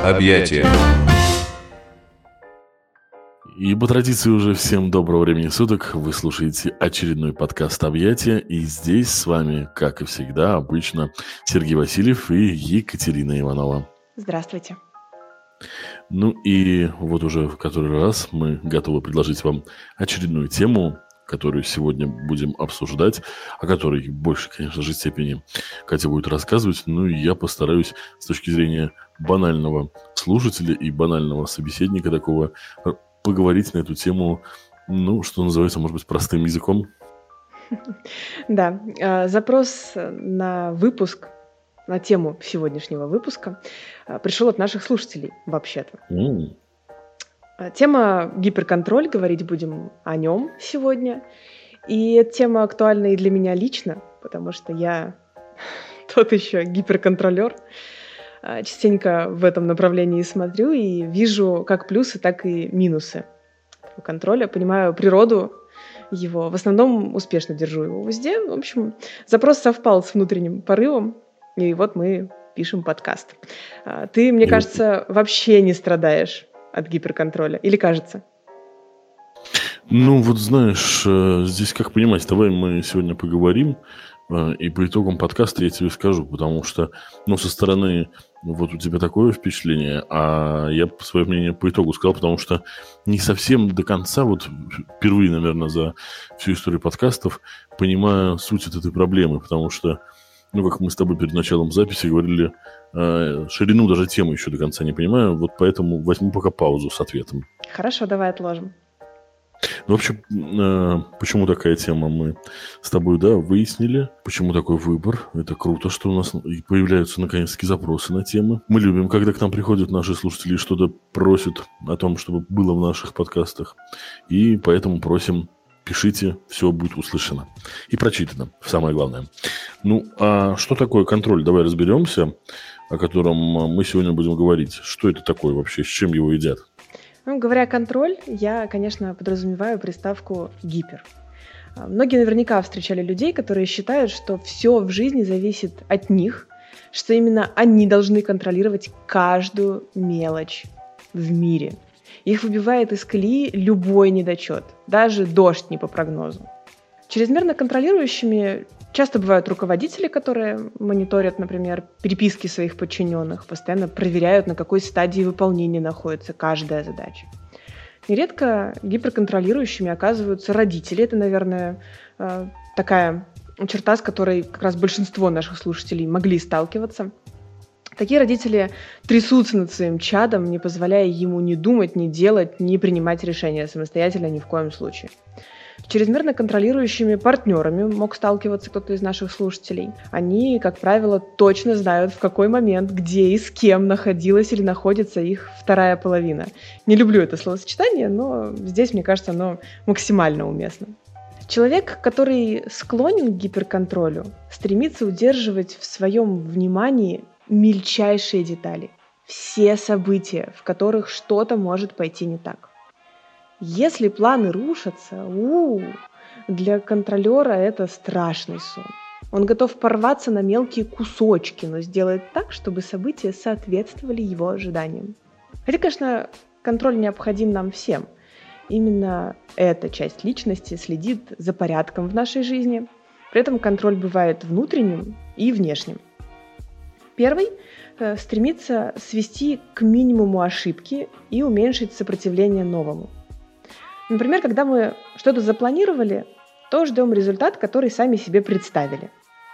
Объятия. И по традиции уже всем доброго времени суток. Вы слушаете очередной подкаст «Объятия». И здесь с вами, как и всегда, обычно Сергей Васильев и Екатерина Иванова. Здравствуйте. Ну и вот уже в который раз мы готовы предложить вам очередную тему, которую сегодня будем обсуждать, о которой в большей, конечно же, степени Катя будет рассказывать. Ну и я постараюсь с точки зрения банального слушателя и банального собеседника такого поговорить на эту тему, ну, что называется, может быть, простым языком. Да, запрос на выпуск, на тему сегодняшнего выпуска пришел от наших слушателей, вообще-то. Тема гиперконтроль, говорить будем о нем сегодня. И эта тема актуальна и для меня лично, потому что я тот еще гиперконтролер. Частенько в этом направлении смотрю и вижу как плюсы, так и минусы контроля. Понимаю природу его. В основном успешно держу его в узде. В общем, запрос совпал с внутренним порывом. И вот мы пишем подкаст. Ты, мне кажется, вообще не страдаешь от гиперконтроля. Или кажется? Ну, вот знаешь, здесь как понимать, давай мы сегодня поговорим, и по итогам подкаста я тебе скажу, потому что, ну, со стороны вот у тебя такое впечатление, а я свое мнение по итогу сказал, потому что не совсем до конца, вот впервые, наверное, за всю историю подкастов понимаю суть этой проблемы, потому что, ну, как мы с тобой перед началом записи говорили, ширину даже темы еще до конца не понимаю, вот поэтому возьму пока паузу с ответом. Хорошо, давай отложим. Ну, в общем, почему такая тема, мы с тобой, да, выяснили, почему такой выбор. Это круто, что у нас появляются наконец-таки запросы на темы. Мы любим, когда к нам приходят наши слушатели и что-то просят о том, чтобы было в наших подкастах. И поэтому просим, пишите, все будет услышано и прочитано, самое главное. Ну, а что такое контроль? Давай разберемся, о котором мы сегодня будем говорить. Что это такое вообще, с чем его едят? Ну, говоря контроль, я, конечно, подразумеваю приставку «гипер». Многие наверняка встречали людей, которые считают, что все в жизни зависит от них, что именно они должны контролировать каждую мелочь в мире. Их выбивает из колеи любой недочет, даже дождь не по прогнозу. Чрезмерно контролирующими часто бывают руководители, которые мониторят, например, переписки своих подчиненных, постоянно проверяют, на какой стадии выполнения находится каждая задача. Нередко гиперконтролирующими оказываются родители. Это, наверное, такая черта, с которой как раз большинство наших слушателей могли сталкиваться. Такие родители трясутся над своим чадом, не позволяя ему ни думать, ни делать, ни принимать решения самостоятельно ни в коем случае. Чрезмерно контролирующими партнерами мог сталкиваться кто-то из наших слушателей. Они, как правило, точно знают, в какой момент, где и с кем находилась или находится их вторая половина. Не люблю это словосочетание, но здесь, мне кажется, оно максимально уместно. Человек, который склонен к гиперконтролю, стремится удерживать в своем внимании мельчайшие детали, все события, в которых что-то может пойти не так. Если планы рушатся, для контролера это страшный сон. Он готов порваться на мелкие кусочки, но сделает так, чтобы события соответствовали его ожиданиям. Хотя, конечно, контроль необходим нам всем. Именно эта часть личности следит за порядком в нашей жизни. При этом контроль бывает внутренним и внешним. Первый стремится свести к минимуму ошибки и уменьшить сопротивление новому. Например, когда мы что-то запланировали, то ждем результат, который сами себе представили.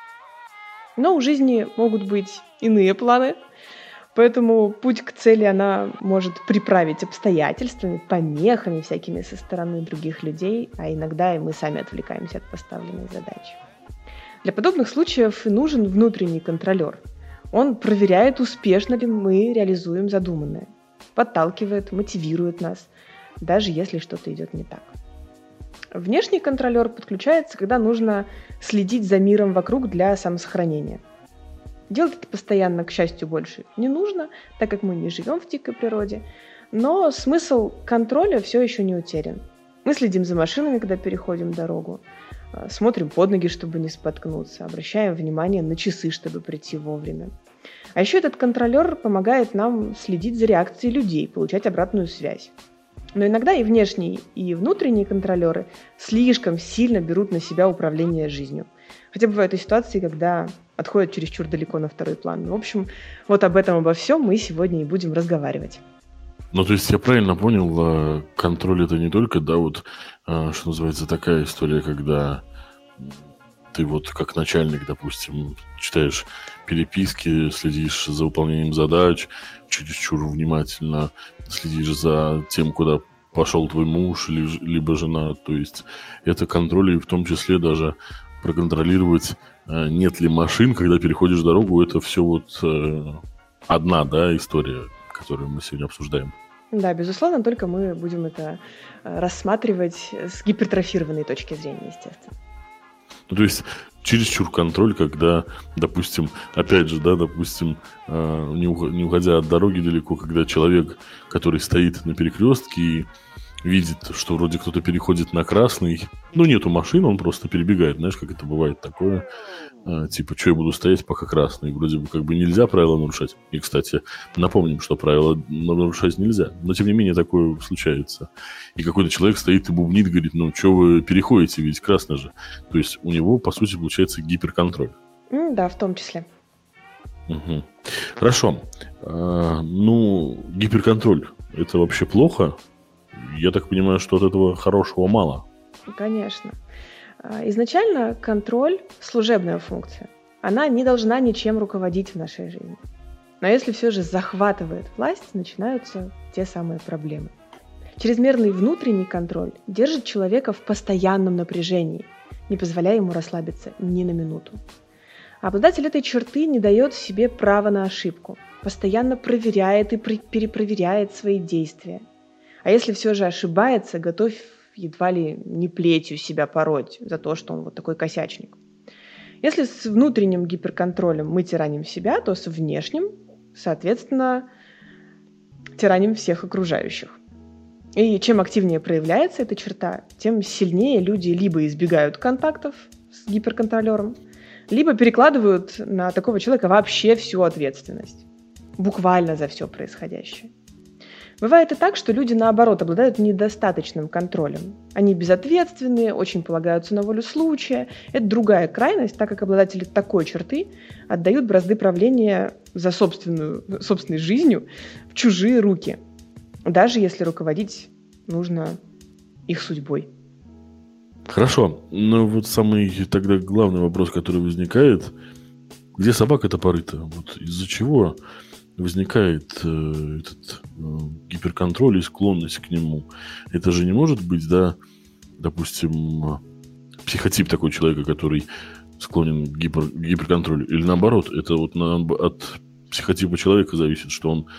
Но у жизни могут быть иные планы, поэтому путь к цели она может приправить обстоятельствами, помехами всякими со стороны других людей, а иногда и мы сами отвлекаемся от поставленной задачи. Для подобных случаев и нужен внутренний контролер. Он проверяет, успешно ли мы реализуем задуманное, подталкивает, мотивирует нас, даже если что-то идет не так. Внешний контролер подключается, когда нужно следить за миром вокруг для самосохранения. Делать это постоянно, к счастью, больше не нужно, так как мы не живем в дикой природе, но смысл контроля все еще не утерян. Мы следим за машинами, когда переходим дорогу, смотрим под ноги, чтобы не споткнуться, обращаем внимание на часы, чтобы прийти вовремя. А еще этот контролер помогает нам следить за реакцией людей, получать обратную связь. Но иногда и внешние, и внутренние контролеры слишком сильно берут на себя управление жизнью. Хотя бывают и ситуации, когда отходят чересчур далеко на второй план. В общем, вот об этом, обо всем мы сегодня и будем разговаривать. Ну, то есть я правильно понял, контроль это не только, да, вот, что называется, такая история, когда ты вот как начальник, допустим, читаешь переписки, следишь за выполнением задач, чересчур внимательно следишь за тем, куда пошел твой муж либо жена. То есть это контроль, и в том числе даже проконтролировать, нет ли машин, когда переходишь дорогу. Это все вот одна, да, история, которую мы сегодня обсуждаем. Да, безусловно, только мы будем это рассматривать с гипертрофированной точки зрения, естественно. Ну, то есть чересчур контроль, когда, допустим, опять же, да, допустим, не уходя от дороги далеко, когда человек, который стоит на перекрестке и видит, что вроде кто-то переходит на красный, ну, нету машин, он просто перебегает, знаешь, как это бывает такое, типа, что я буду стоять, пока красный, вроде бы как бы нельзя правила нарушать. И, кстати, напомним, что правила нарушать нельзя, но, тем не менее, такое случается. И какой-то человек стоит и бубнит, говорит, ну, что вы переходите, ведь красно же. То есть у него, по сути, получается гиперконтроль. Да, в том числе. Угу. Хорошо. Ну, гиперконтроль, это вообще плохо? Я так понимаю, что от этого хорошего мало. Конечно. Изначально контроль– служебная функция. Она не должна ничем руководить в нашей жизни. Но если все же захватывает власть, начинаются те самые проблемы. Чрезмерный внутренний контроль держит человека в постоянном напряжении, не позволяя ему расслабиться ни на минуту. А обладатель этой черты не дает себе права на ошибку, постоянно проверяет и перепроверяет свои действия. А если все же ошибается, готов едва ли не плетью себя пороть за то, что он вот такой косячник. Если с внутренним гиперконтролем мы тираним себя, то с внешним, соответственно, тираним всех окружающих. И чем активнее проявляется эта черта, тем сильнее люди либо избегают контактов с гиперконтролером, либо перекладывают на такого человека вообще всю ответственность. Буквально за все происходящее. Бывает и так, что люди, наоборот, обладают недостаточным контролем. Они безответственные, очень полагаются на волю случая. Это другая крайность, так как обладатели такой черты отдают бразды правления за собственной жизнью в чужие руки, даже если руководить нужно их судьбой. Хорошо, но вот самый тогда главный вопрос, который возникает, где собака-то порыта? Вот из-за чего возникает этот гиперконтроль и склонность к нему? Это же не может быть, да, допустим, психотип такой человека, который склонен к гиперконтролю, или наоборот, это вот от психотипа человека зависит, что он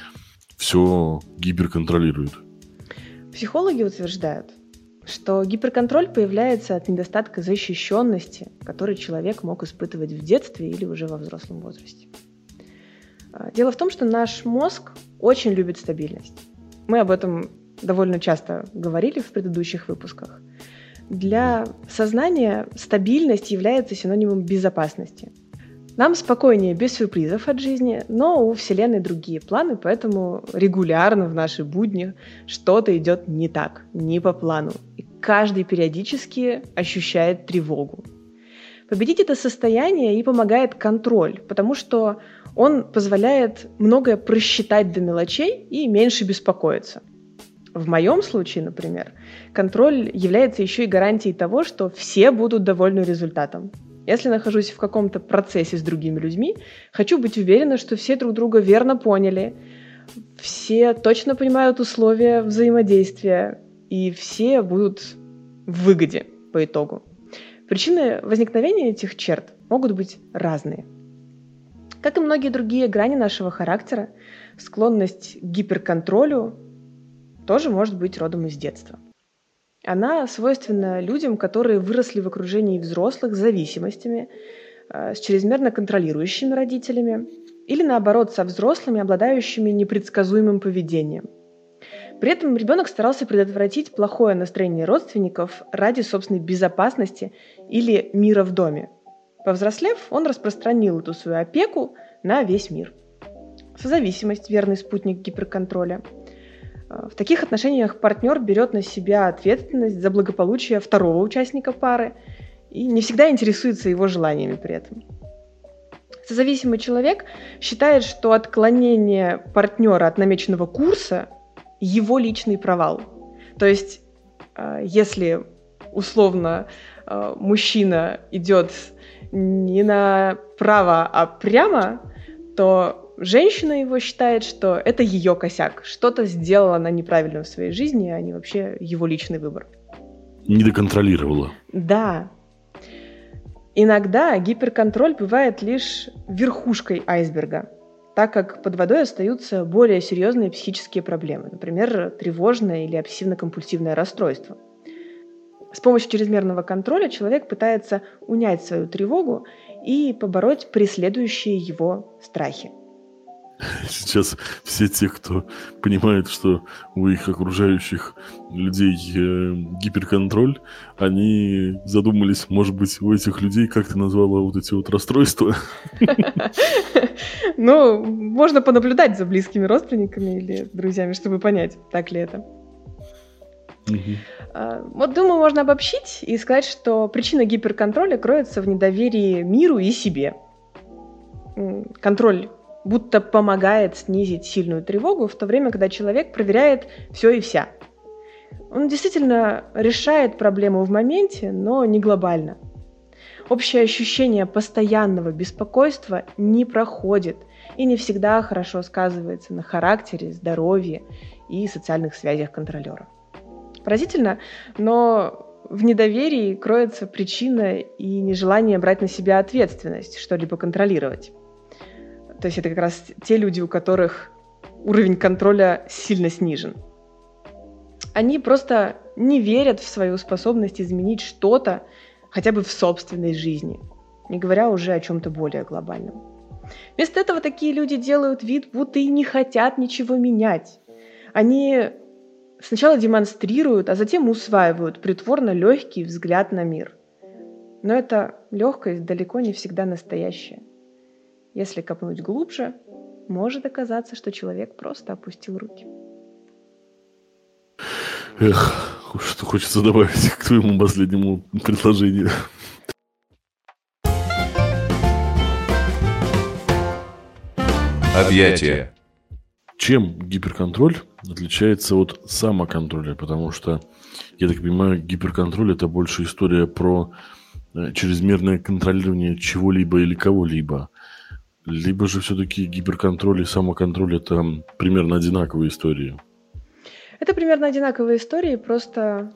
все гиперконтролирует. Психологи утверждают, что гиперконтроль появляется от недостатка защищенности, который человек мог испытывать в детстве или уже во взрослом возрасте. Дело в том, что наш мозг очень любит стабильность. Мы об этом довольно часто говорили в предыдущих выпусках. Для сознания стабильность является синонимом безопасности. Нам спокойнее без сюрпризов от жизни, но у Вселенной другие планы, поэтому регулярно в наши будни что-то идет не так, не по плану. И каждый периодически ощущает тревогу. Победить это состояние и помогает контроль, потому что он позволяет многое просчитать до мелочей и меньше беспокоиться. В моем случае, например, контроль является еще и гарантией того, что все будут довольны результатом. Если нахожусь в каком-то процессе с другими людьми, хочу быть уверена, что все друг друга верно поняли, все точно понимают условия взаимодействия, и все будут в выгоде по итогу. Причины возникновения этих черт могут быть разные. Как и многие другие грани нашего характера, склонность к гиперконтролю тоже может быть родом из детства. Она свойственна людям, которые выросли в окружении взрослых с зависимостями, с чрезмерно контролирующими родителями или, наоборот, со взрослыми, обладающими непредсказуемым поведением. При этом ребенок старался предотвратить плохое настроение родственников ради собственной безопасности или мира в доме. Повзрослев, он распространил эту свою опеку на весь мир. Созависимость – верный спутник гиперконтроля. В таких отношениях партнер берет на себя ответственность за благополучие второго участника пары и не всегда интересуется его желаниями при этом. Созависимый человек считает, что отклонение партнера от намеченного курса – его личный провал. То есть, если условно мужчина идет не направо, а прямо, то женщина его считает, что это ее косяк. Что-то сделала она неправильно в своей жизни, а не вообще его личный выбор. Не доконтролировала. Да. Иногда гиперконтроль бывает лишь верхушкой айсберга, так как под водой остаются более серьезные психические проблемы, например, тревожное или обсессивно-компульсивное расстройство. С помощью чрезмерного контроля человек пытается унять свою тревогу и побороть преследующие его страхи. Сейчас все те, кто понимает, что у их окружающих людей гиперконтроль, они задумались, может быть, у этих людей, как ты назвала вот эти вот расстройства? Ну, можно понаблюдать за близкими родственниками или друзьями, чтобы понять, так ли это. Вот, думаю, можно обобщить и сказать, что причина гиперконтроля кроется в недоверии миру и себе. Контроль будто помогает снизить сильную тревогу, в то время, когда человек проверяет все и вся. Он действительно решает проблему в моменте, но не глобально. Общее ощущение постоянного беспокойства не проходит и не всегда хорошо сказывается на характере, здоровье и социальных связях контролера. Поразительно, но в недоверии кроется причина и нежелание брать на себя ответственность, что-либо контролировать. То есть это как раз те люди, у которых уровень контроля сильно снижен. Они просто не верят в свою способность изменить что-то хотя бы в собственной жизни, не говоря уже о чем-то более глобальном. Вместо этого такие люди делают вид, будто и не хотят ничего менять. Они сначала демонстрируют, а затем усваивают притворно легкий взгляд на мир. Но эта легкость далеко не всегда настоящая. Если копнуть глубже, может оказаться, что человек просто опустил руки. Эх, что хочется добавить к твоему последнему предложению. Объятия. Чем гиперконтроль отличается от самоконтроля? Потому что, я так понимаю, гиперконтроль – это больше история про чрезмерное контролирование чего-либо или кого-либо. Либо же все-таки гиперконтроль и самоконтроль – это примерно одинаковые истории? Это примерно одинаковые истории, просто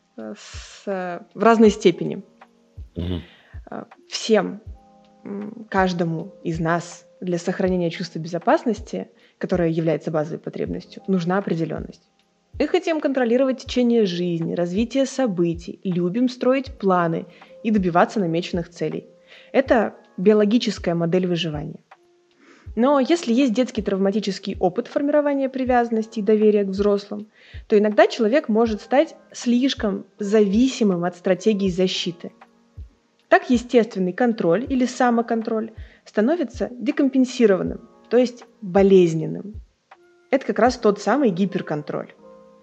в разной степени. Угу. Всем, каждому из нас для сохранения чувства безопасности, которое является базовой потребностью, нужна определенность. Мы хотим контролировать течение жизни, развитие событий, любим строить планы и добиваться намеченных целей. Это биологическая модель выживания. Но если есть детский травматический опыт формирования привязанности и доверия к взрослым, то иногда человек может стать слишком зависимым от стратегии защиты. Так естественный контроль или самоконтроль становится декомпенсированным, то есть болезненным. Это как раз тот самый гиперконтроль.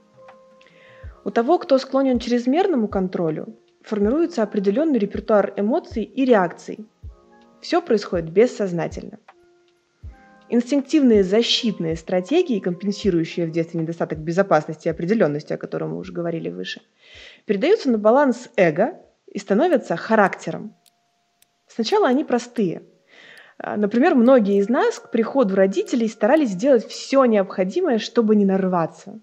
У того, кто склонен к чрезмерному контролю, формируется определенный репертуар эмоций и реакций. Все происходит бессознательно. Инстинктивные защитные стратегии, компенсирующие в детстве недостаток безопасности и определенности, о котором мы уже говорили выше, передаются на баланс эго и становятся характером. Сначала они простые. Например, многие из нас к приходу родителей старались сделать все необходимое, чтобы не нарваться.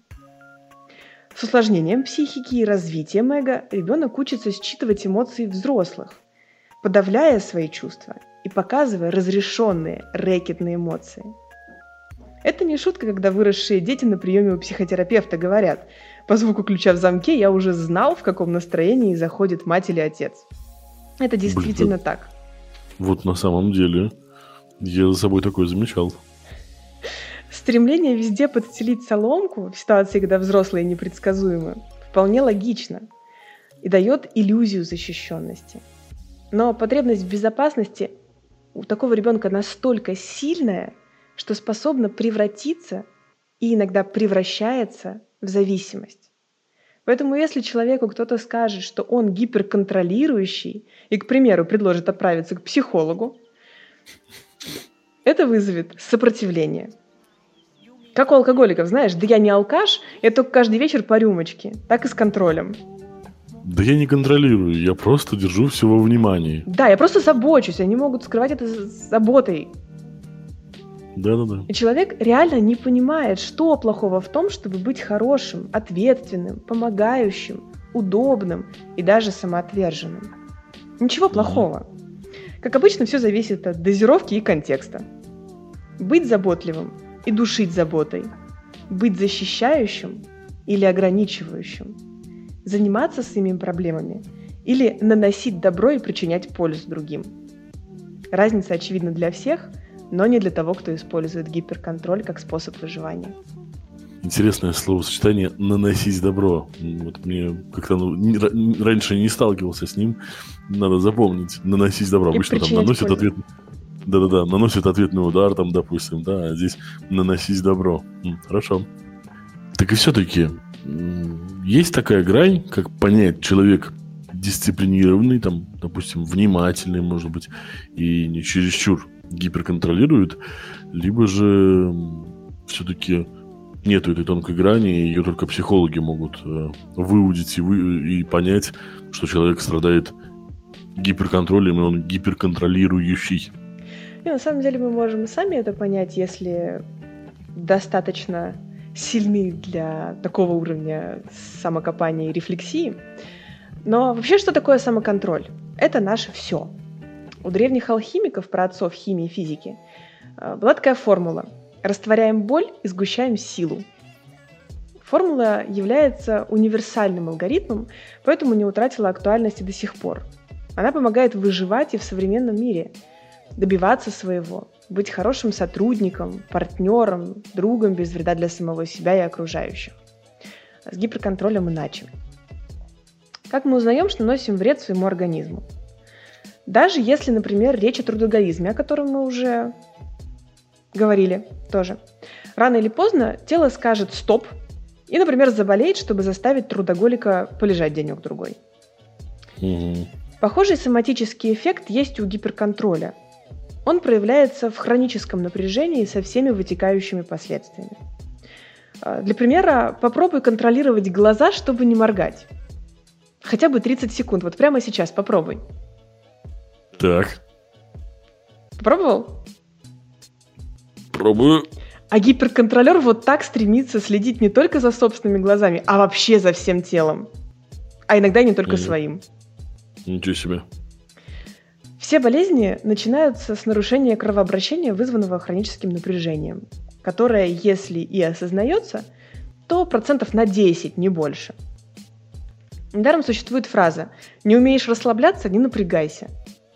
С усложнением психики и развитием эго ребенок учится считывать эмоции взрослых, подавляя свои чувства и показывая разрешенные рэкетные эмоции. Это не шутка, когда выросшие дети на приеме у психотерапевта говорят: по звуку ключа в замке я уже знал, в каком настроении заходит мать или отец. Это действительно так. Вот на самом деле я за собой такое замечал. Стремление везде подстелить соломку в ситуации, когда взрослые непредсказуемы, вполне логично и дает иллюзию защищенности. Но потребность в безопасности у такого ребенка настолько сильная, что способно превратиться и иногда превращается в зависимость. Поэтому если человеку кто-то скажет, что он гиперконтролирующий и, к примеру, предложит отправиться к психологу, это вызовет сопротивление. Как у алкоголиков, знаешь, да я не алкаш, я только каждый вечер по рюмочке. Так и с контролем. Да я не контролирую, я просто держу все во внимании. Да, я просто забочусь, они могут скрывать это заботой. Да-да-да. И человек реально не понимает, что плохого в том, чтобы быть хорошим, ответственным, помогающим, удобным и даже самоотверженным. Ничего плохого. Как обычно, все зависит от дозировки и контекста. Быть заботливым и душить заботой. Быть защищающим или ограничивающим. Заниматься своими проблемами или наносить добро и причинять пользу другим. Разница очевидна для всех, но не для того, кто использует гиперконтроль как способ выживания. Интересное словосочетание «наносить добро». Вот мне как-то раньше не сталкивался с ним. Надо запомнить. Наносить добро. Обычно там наносят ответ... Да-да-да, наносят ответный удар, там, допустим, да, а здесь наносить добро. Хорошо. Так и все-таки есть такая грань, как понять, человек дисциплинированный, там, допустим, внимательный, может быть, и не чересчур гиперконтролирует, либо же все-таки нету этой тонкой грани, и ее только психологи могут выудить и понять, что человек страдает гиперконтролем, и он гиперконтролирующий. И на самом деле мы можем и сами это понять, если достаточно сильны для такого уровня самокопания и рефлексии. Но вообще, что такое самоконтроль? Это наше все. У древних алхимиков, праотцов химии и физики, была такая формула. Растворяем боль и сгущаем силу. Формула является универсальным алгоритмом, поэтому не утратила актуальности до сих пор. Она помогает выживать и в современном мире, добиваться своего, быть хорошим сотрудником, партнером, другом без вреда для самого себя и окружающих. С гиперконтролем иначе. Как мы узнаем, что наносим вред своему организму? Даже если, например, речь о трудоголизме, о котором мы уже говорили тоже. Рано или поздно тело скажет «стоп» и, например, заболеет, чтобы заставить трудоголика полежать денек-другой. Похожий соматический эффект есть у гиперконтроля. Он проявляется в хроническом напряжении со всеми вытекающими последствиями. Для примера, попробуй контролировать глаза, чтобы не моргать. Хотя бы 30 секунд. Вот прямо сейчас попробуй. Так. Попробовал? Пробую. А гиперконтролер вот так стремится следить не только за собственными глазами, а вообще за всем телом. А иногда и не только своим. Ничего себе. Все болезни начинаются с нарушения кровообращения, вызванного хроническим напряжением, которое, если и осознается, то процентов на 10, не больше. Недаром существует фраза «не умеешь расслабляться, не напрягайся».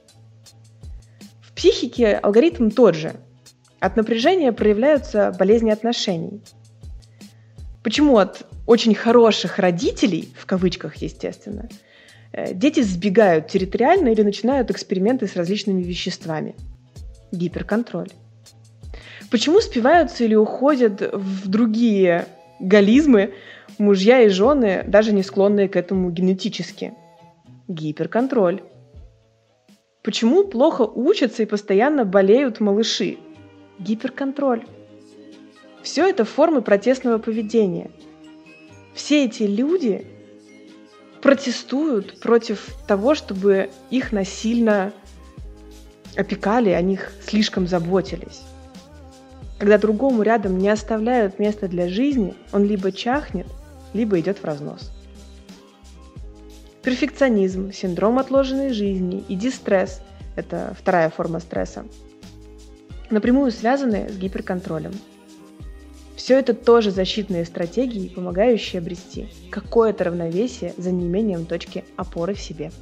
В психике алгоритм тот же. От напряжения проявляются болезни отношений. Почему от очень хороших родителей, в кавычках, естественно, дети сбегают территориально или начинают эксперименты с различными веществами? Гиперконтроль. Почему спиваются или уходят в другие голизмы мужья и жены, даже не склонные к этому генетически? Гиперконтроль. Почему плохо учатся и постоянно болеют малыши? Гиперконтроль. Все это формы протестного поведения. Все эти люди протестуют против того, чтобы их насильно опекали, о них слишком заботились. Когда другому рядом не оставляют места для жизни, он либо чахнет, либо идет в разнос. Перфекционизм, синдром отложенной жизни и дистресс – это вторая форма стресса, напрямую связаны с гиперконтролем. Все это тоже защитные стратегии, помогающие обрести какое-то равновесие за неимением точки опоры в себе.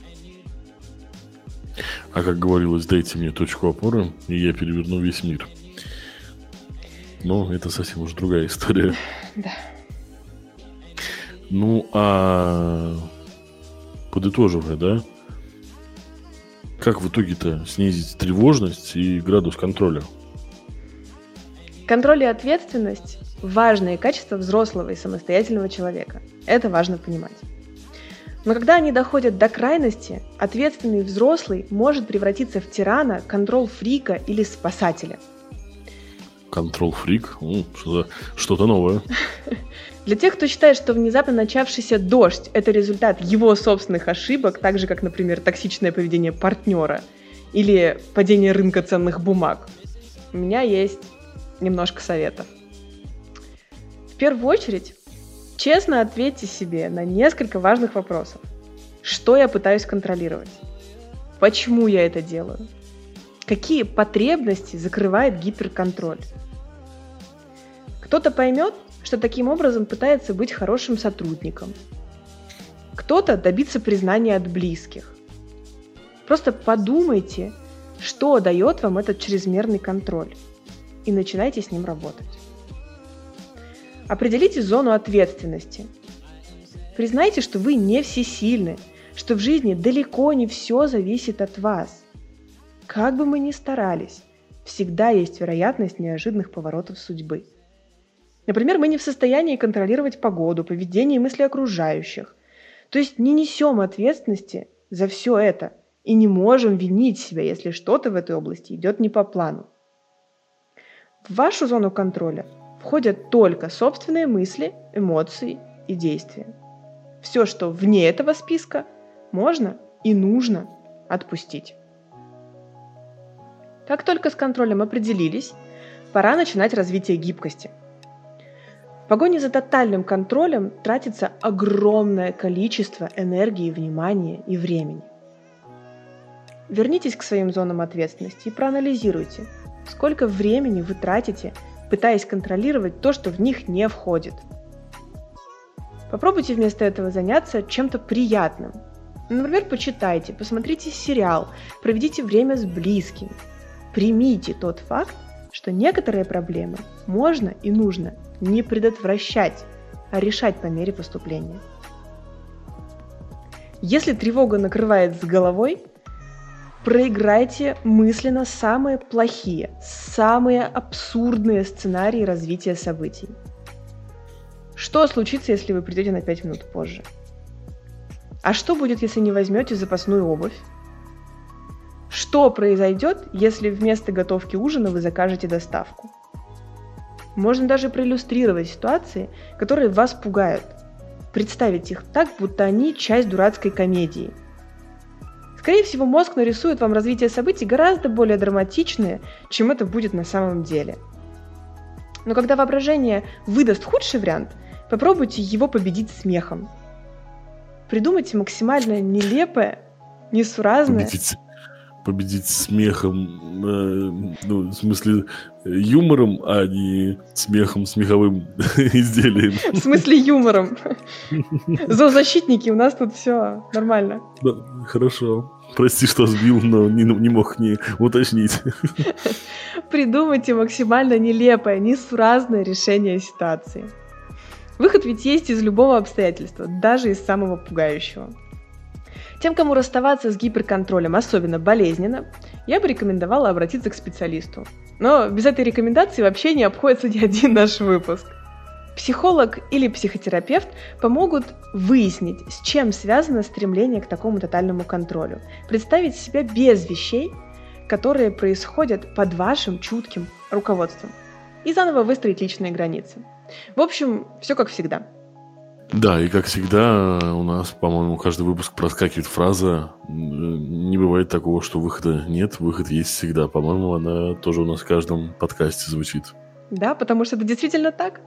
А как говорилось, дайте мне точку опоры, и я переверну весь мир. Но это совсем уж другая история. Да. Ну, а подытоживая, да, как в итоге-то снизить тревожность и градус контроля? Контроль и ответственность – важные качества взрослого и самостоятельного человека. Это важно понимать. Но когда они доходят до крайности, ответственный взрослый может превратиться в тирана, контрол-фрика или спасателя. Контрол-фрик? Что-то новое. Для тех, кто считает, что внезапно начавшийся дождь – это результат его собственных ошибок, так же, как, например, токсичное поведение партнера или падение рынка ценных бумаг, у меня есть немножко советов. В первую очередь, честно ответьте себе на несколько важных вопросов. Что я пытаюсь контролировать? Почему я это делаю? Какие потребности закрывает гиперконтроль? Кто-то поймет, что таким образом пытается быть хорошим сотрудником. Кто-то добиться признания от близких. Просто подумайте, что дает вам этот чрезмерный контроль, и начинайте с ним работать. Определите зону ответственности. Признайте, что вы не всесильны, что в жизни далеко не все зависит от вас. Как бы мы ни старались, всегда есть вероятность неожиданных поворотов судьбы. Например, мы не в состоянии контролировать погоду, поведение и мысли окружающих. То есть не несем ответственности за все это и не можем винить себя, если что-то в этой области идет не по плану. В вашу зону контроля входят только собственные мысли, эмоции и действия. Все, что вне этого списка, можно и нужно отпустить. Как только с контролем определились, пора начинать развитие гибкости. В погоне за тотальным контролем тратится огромное количество энергии, внимания и времени. Вернитесь к своим зонам ответственности и проанализируйте, сколько времени вы тратите, пытаясь контролировать то, что в них не входит. Попробуйте вместо этого заняться чем-то приятным. Например, почитайте, посмотрите сериал, проведите время с близкими. Примите тот факт, что некоторые проблемы можно и нужно не предотвращать, а решать по мере поступления. Если тревога накрывает с головой, проиграйте мысленно самые плохие, самые абсурдные сценарии развития событий. Что случится, если вы придете на 5 минут позже? А что будет, если не возьмете запасную обувь? Что произойдет, если вместо готовки ужина вы закажете доставку? Можно даже проиллюстрировать ситуации, которые вас пугают. Представить их так, будто они часть дурацкой комедии. Скорее всего, мозг нарисует вам развитие событий гораздо более драматичное, чем это будет на самом деле. Но когда воображение выдаст худший вариант, попробуйте его победить смехом. Придумайте максимально нелепое, несуразное... Победить смехом, в смысле юмором, а не смехом, смеховым изделием. В смысле юмором. Зоозащитники, у нас тут все нормально. Да, хорошо. Прости, что сбил, но не мог не уточнить. Придумайте максимально нелепое, несуразное решение ситуации. Выход ведь есть из любого обстоятельства, даже из самого пугающего. Тем, кому расставаться с гиперконтролем особенно болезненно, я бы рекомендовала обратиться к специалисту. Но без этой рекомендации вообще не обходится ни один наш выпуск. Психолог или психотерапевт помогут выяснить, с чем связано стремление к такому тотальному контролю, представить себя без вещей, которые происходят под вашим чутким руководством, и заново выстроить личные границы. В общем, все как всегда. Да, и как всегда у нас, по-моему, каждый выпуск проскакивает фраза «Не бывает такого, что выхода нет, выход есть всегда». По-моему, она тоже у нас в каждом подкасте звучит. Да, потому что это действительно так.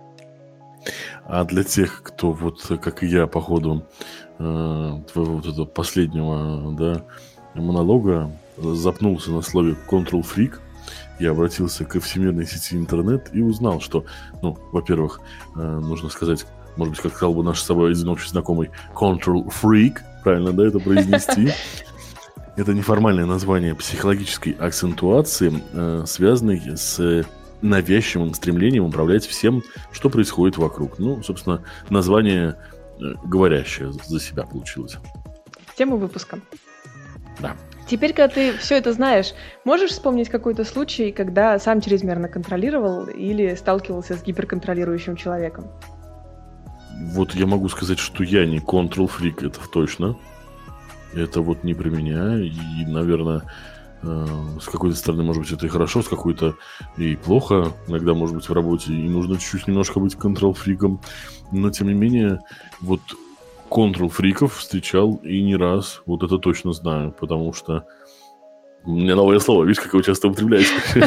А для тех, кто вот как и я по ходу твоего вот этого последнего монолога запнулся на слове «control-freak», я обратился ко всемирной сети интернет и узнал, что, во-первых, нужно сказать, может быть, как сказал бы наш с собой один общий знакомый, control freak, правильно, да, это произнести. Это неформальное название психологической акцентуации, связанной с навязчивым стремлением управлять всем, что происходит вокруг. Собственно, название говорящее за себя получилось. Тема выпуска. Да. Теперь, когда ты все это знаешь, можешь вспомнить какой-то случай, когда сам чрезмерно контролировал или сталкивался с гиперконтролирующим человеком? Вот я могу сказать, что я не control-freak, это точно. Это вот не про меня. И, наверное, с какой-то стороны, может быть, это и хорошо, с какой-то и плохо. Иногда, может быть, в работе и нужно чуть-чуть немножко быть контрол-фриком. Но, тем не менее, вот контрол-фриков встречал и не раз. Вот это точно знаю, потому что у меня новое слово. Видишь, как его часто употребляешь?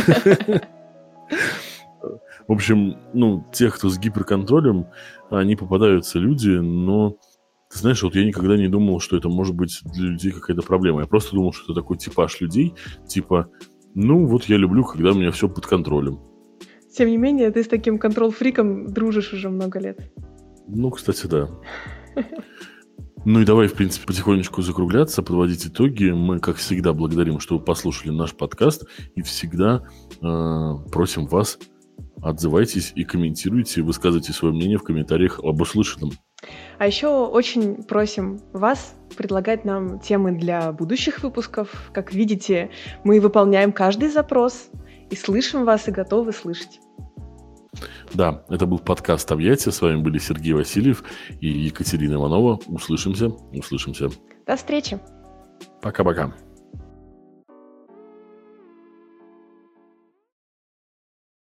В общем, тех, кто с гиперконтролем, они попадаются люди, но, ты знаешь, вот я никогда не думал, что это может быть для людей какая-то проблема. Я просто думал, что это такой типаж людей, типа, вот я люблю, когда у меня все под контролем. Тем не менее, ты с таким контрол-фриком дружишь уже много лет. Кстати, да. И давай, в принципе, потихонечку закругляться, подводить итоги. Мы, как всегда, благодарим, что вы послушали наш подкаст, и всегда просим вас, отзывайтесь и комментируйте, высказывайте свое мнение в комментариях об услышанном. А еще очень просим вас предлагать нам темы для будущих выпусков. Как видите, мы выполняем каждый запрос и слышим вас, и готовы слышать. Да, это был подкаст «Объятия». С вами были Сергей Васильев и Екатерина Иванова. Услышимся. До встречи. Пока-пока.